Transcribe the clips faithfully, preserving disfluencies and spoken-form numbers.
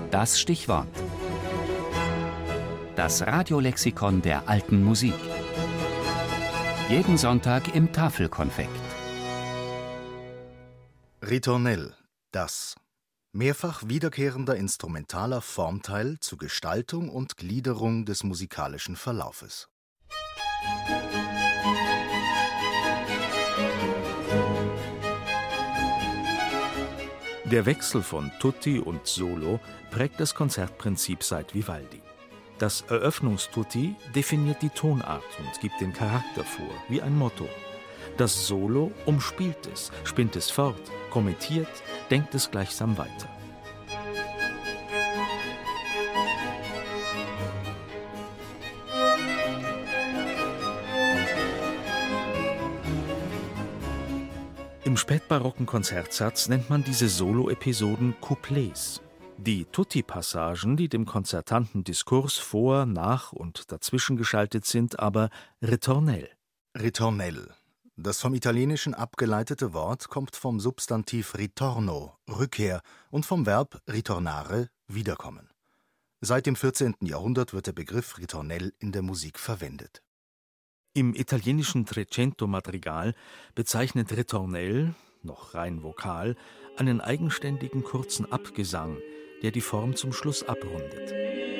Das Stichwort. Das Radiolexikon der alten Musik. Jeden Sonntag im Tafelkonfekt. Ritornell, das mehrfach wiederkehrender instrumentaler Formteil zur Gestaltung und Gliederung des musikalischen Verlaufes. Der Wechsel von Tutti und Solo prägt das Konzertprinzip seit Vivaldi. Das Eröffnungstutti definiert die Tonart und gibt den Charakter vor, wie ein Motto. Das Solo umspielt es, spinnt es fort, kommentiert, denkt es gleichsam weiter. Im spätbarocken Konzertsatz nennt man diese Solo-Episoden Couplets. Die Tutti-Passagen, die dem konzertanten Diskurs vor, nach und dazwischen geschaltet sind, aber ritornell. Ritornell. Das vom Italienischen abgeleitete Wort kommt vom Substantiv ritorno, Rückkehr, und vom Verb ritornare, wiederkommen. Seit dem vierzehnten Jahrhundert wird der Begriff ritornell in der Musik verwendet. Im italienischen Trecento Madrigal bezeichnet ritornell, noch rein vokal, einen eigenständigen kurzen Abgesang, der die Form zum Schluss abrundet.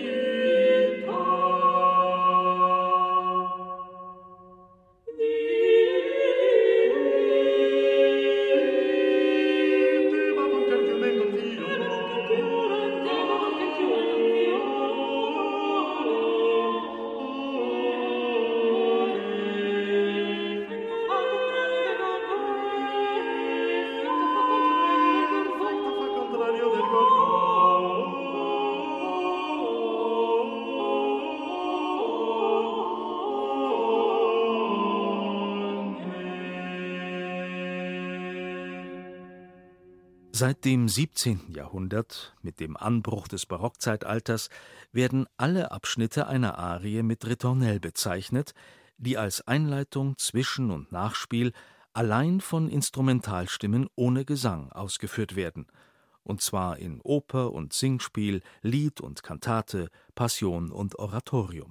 Seit dem siebzehnten Jahrhundert, mit dem Anbruch des Barockzeitalters, werden alle Abschnitte einer Arie mit Ritornell bezeichnet, die als Einleitung, Zwischen- und Nachspiel allein von Instrumentalstimmen ohne Gesang ausgeführt werden, und zwar in Oper und Singspiel, Lied und Kantate, Passion und Oratorium.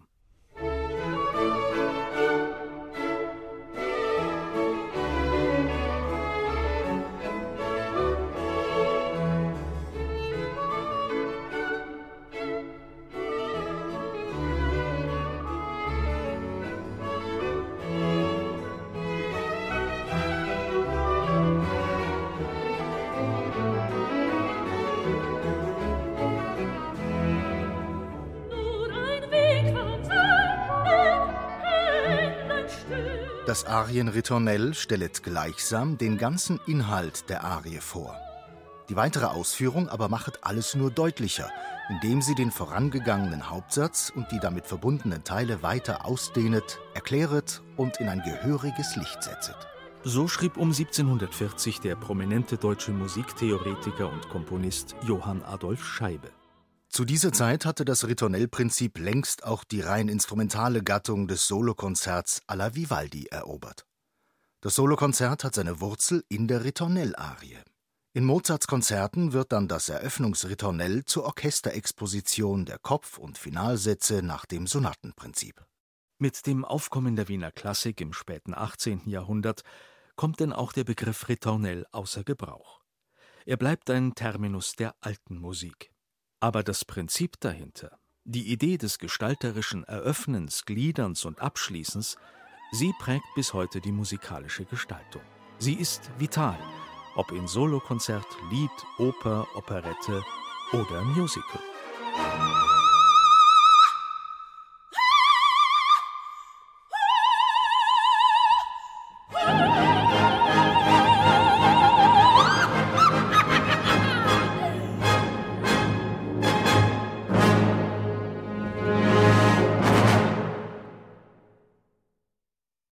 Das Arienritornell stellet gleichsam den ganzen Inhalt der Arie vor. Die weitere Ausführung aber machet alles nur deutlicher, indem sie den vorangegangenen Hauptsatz und die damit verbundenen Teile weiter ausdehnet, erkläret und in ein gehöriges Licht setzet. So schrieb um siebzehnhundertvierzig der prominente deutsche Musiktheoretiker und Komponist Johann Adolf Scheibe. Zu dieser Zeit hatte das Ritornell-Prinzip längst auch die rein instrumentale Gattung des Solokonzerts à la Vivaldi erobert. Das Solokonzert hat seine Wurzel in der Ritornell-Arie. In Mozarts Konzerten wird dann das Eröffnungsritornell zur Orchesterexposition der Kopf- und Finalsätze nach dem Sonatenprinzip. Mit dem Aufkommen der Wiener Klassik im späten achtzehnten Jahrhundert kommt denn auch der Begriff Ritornell außer Gebrauch. Er bleibt ein Terminus der alten Musik. Aber das Prinzip dahinter, die Idee des gestalterischen Eröffnens, Gliederns und Abschließens, sie prägt bis heute die musikalische Gestaltung. Sie ist vital, ob in Solokonzert, Lied, Oper, Operette oder Musical.